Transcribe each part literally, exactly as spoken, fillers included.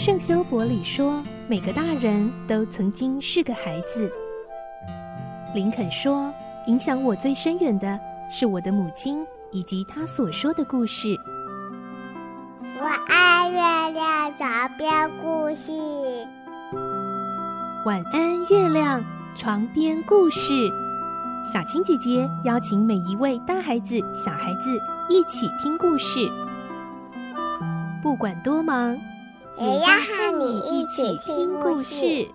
圣修伯里说，每个大人都曾经是个孩子。林肯说，影响我最深远的是我的母亲以及她所说的故事。 我爱月亮床边故事。 晚安，月亮床边故事。小青姐姐邀请每一位大孩子、小孩子一起听故事，不管多忙， 也要和你一起听故事。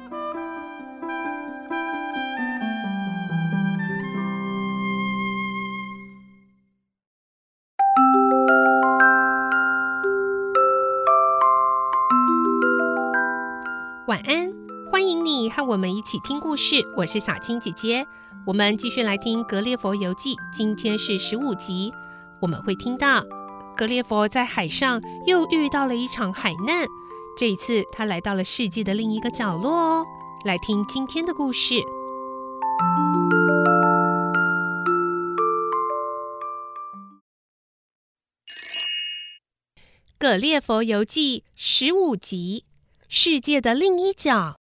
晚安，欢迎你和我们一起听故事，我是小青姐姐。我们继续来听《格列佛游记》，今天是十五集。我们会听到格列佛在海上又遇到了一场海难，这一次他来到了世界的另一个角落哦。来听今天的故事。《格列佛游记》十五集，世界的另一角。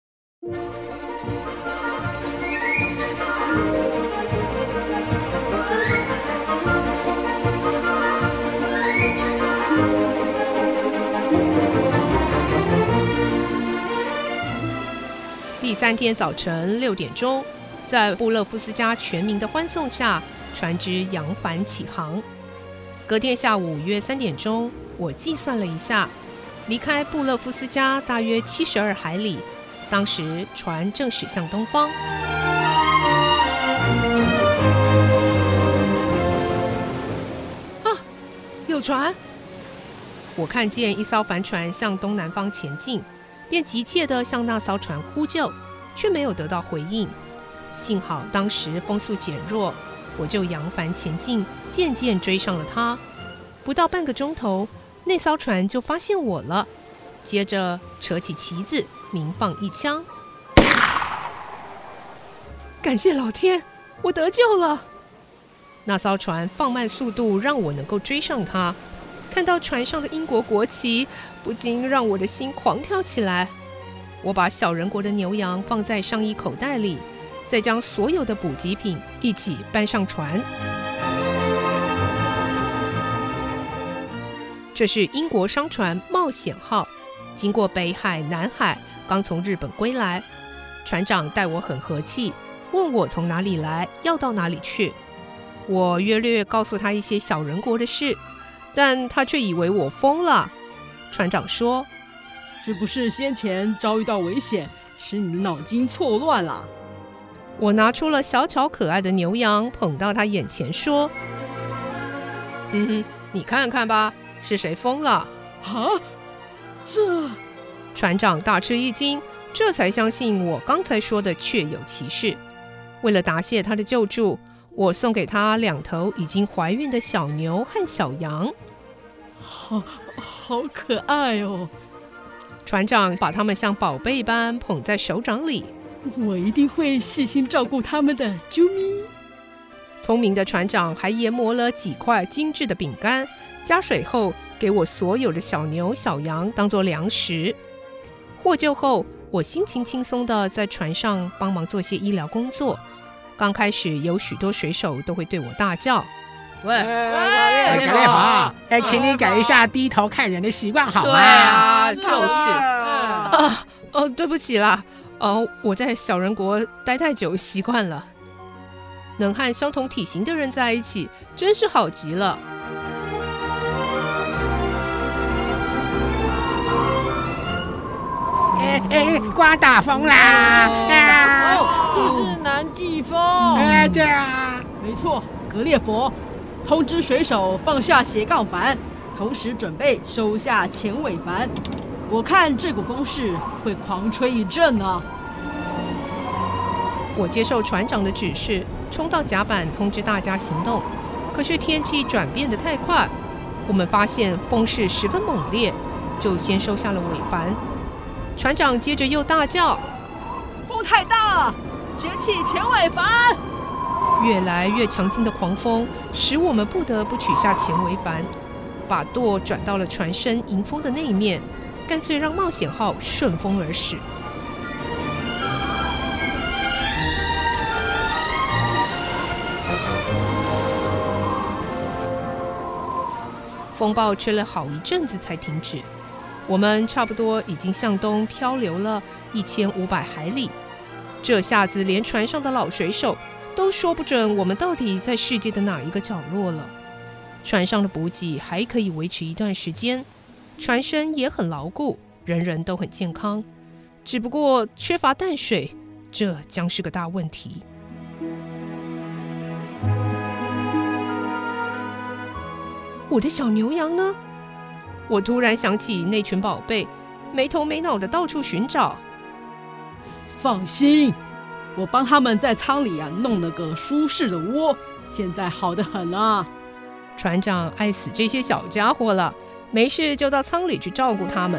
第三天早晨六点钟，在布勒夫斯家全民的欢送下，船只扬帆起航。隔天下午约三点钟，我计算了一下，离开布勒夫斯家大约七十二海里，当时船正驶向东方。啊，有船！我看见一艘帆船向东南方前进，便急切地向那艘船呼救，却没有得到回应。幸好当时风速减弱，我就扬帆前进，渐渐追上了它。不到半个钟头，那艘船就发现我了，接着扯起旗子，鸣放一枪。感谢老天，我得救了！那艘船放慢速度，让我能够追上它。看到船上的英国国旗，不禁让我的心狂跳起来。我把小人国的牛羊放在上衣口袋里，再将所有的补给品一起搬上船。这是英国商船冒险号，经过北海、南海，刚从日本归来。船长待我很和气，问我从哪里来，要到哪里去。我约略告诉他一些小人国的事，但他却以为我疯了。船长说， 是不是先前遭遇到危险，使你的脑筋错乱了？ 我拿出了小巧可爱的牛羊，捧到他眼前说，嗯哼，你看看吧，是谁疯了？ 啊，这…… 船长大吃一惊，这才相信我刚才说的确有其事。为了答谢他的救助，我送给他两头已经怀孕的小牛和小羊。 好好可爱哦！ 船长把它们像宝贝般捧在手掌里。 我一定会细心照顾他们的，啾咪。 聪明的船长还研磨了几块精致的饼干，加水后给我所有的小牛小羊当作粮食。获救后，我心情轻松地在船上帮忙做些医疗工作。刚开始有许多水手都会对我大叫， 喂，格列佛，哎，请你改一下低头看人的习惯好吗？ 对啊，就是啊，哦，对不起啦，哦，我在小人国待太久，习惯了。能和相同体型的人在一起，真是好极了。 哎哎，刮大风啦！啊， 哦，这是南季风。 哎，对啊， 没错，格列佛，通知水手放下斜杠帆，同时准备收下前尾帆。我看这股风势会狂吹一阵啊！ 我接受船长的指示，冲到甲板通知大家行动。可是天气转变得太快，我们发现风势十分猛烈，就先收下了尾帆。船长接着又大叫：“ 风太大了，卷起前尾帆！” 越来越强劲的狂风使我们不得不取下前桅帆，把舵转到了船身迎风的那一面， 干脆让冒险号顺风而驶。风暴吹了好一阵子才停止，我们差不多已经向东漂流了一千五百海里。这下子连船上的老水手都说不准我们到底在世界的哪一个角落了。船上的补给还可以维持一段时间，船身也很牢固，人人都很健康，只不过缺乏淡水，这将是个大问题。我的小牛羊呢？我突然想起那群宝贝，没头没脑的到处寻找。 放心，我帮他们在舱里啊弄了个舒适的窝，现在好得很啊。 船长爱死这些小家伙了，没事就到舱里去照顾他们。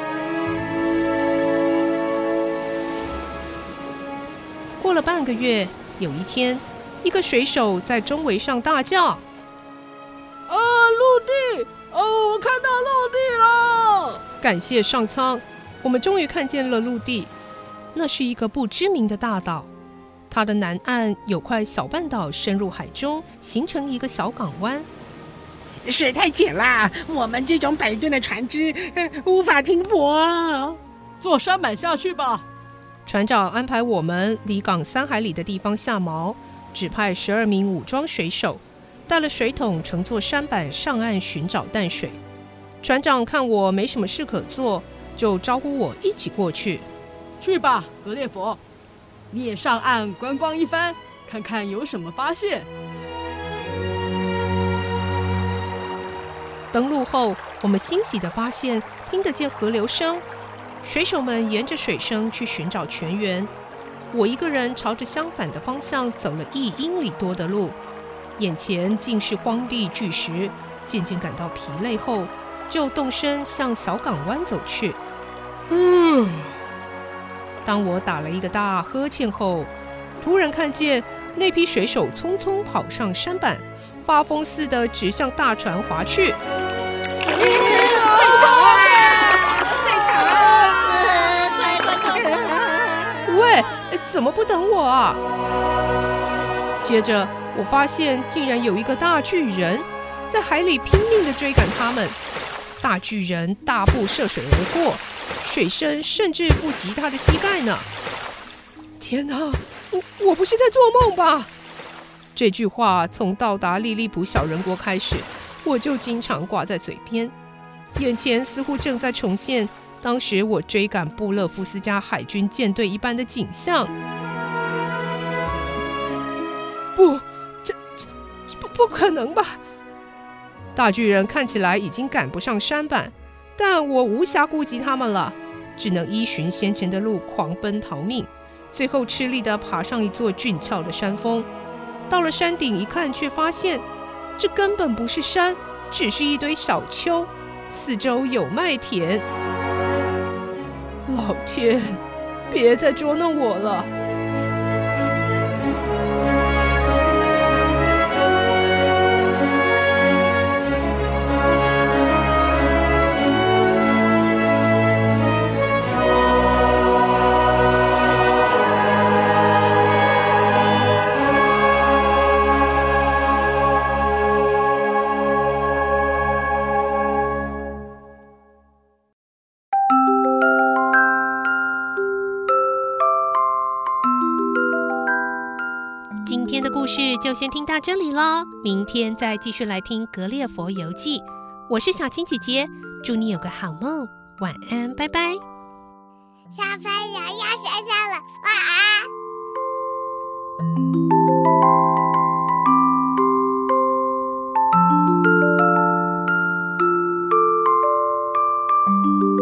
过了半个月，有一天，一个水手在中桅上大叫：“ 啊，陆地！哦，我看到陆地了！” 感谢上苍，我们终于看见了陆地。那是一个不知名的大岛，它的南岸有块小半岛深入海中，形成一个小港湾。 水太浅啦，我们这种百吨的船只、呃、无法停泊。 坐舢板下去吧。 船长安排我们离港三海里的地方下锚，指派十二名武装水手，带了水桶乘坐舢板上岸寻找淡水。船长看我没什么事可做，就招呼我一起过去。 去吧，格列佛，你也上岸观光一番，看看有什么发现。 登陆后，我们欣喜地发现听得见河流声，水手们沿着水声去寻找泉源。我一个人朝着相反的方向走了一英里多的路，眼前尽是荒地巨石，渐渐感到疲累后，就动身向小港湾走去。 嗯。 当我打了一个大呵欠后，突然看见那批水手匆匆跑上舢板，发疯似的直向大船划去。喂，怎么不等我啊？接着我发现竟然有一个大巨人在海里拼命地追赶他们，大巨人大步涉水而过，水深甚至不及他的膝盖呢。天哪，我不是在做梦吧？这句话从到达利利普小人国开始，我就经常挂在嘴边，眼前似乎正在重现当时我追赶布勒夫斯加海军舰队一般的景象。不，这这不不可能吧？大巨人看起来已经赶不上舢板，但我无暇顾及他们了，只能依循先前的路狂奔逃命，最后吃力地爬上一座峻峭的山峰。到了山顶一看，却发现这根本不是山，只是一堆小丘，四周有麦田。老天，别再捉弄我了！今天的故事就先听到这里咯，明天再继续来听《格列佛游记》。我是小青姐姐，祝你有个好梦，晚安，拜拜。 小朋友要睡觉了，晚安。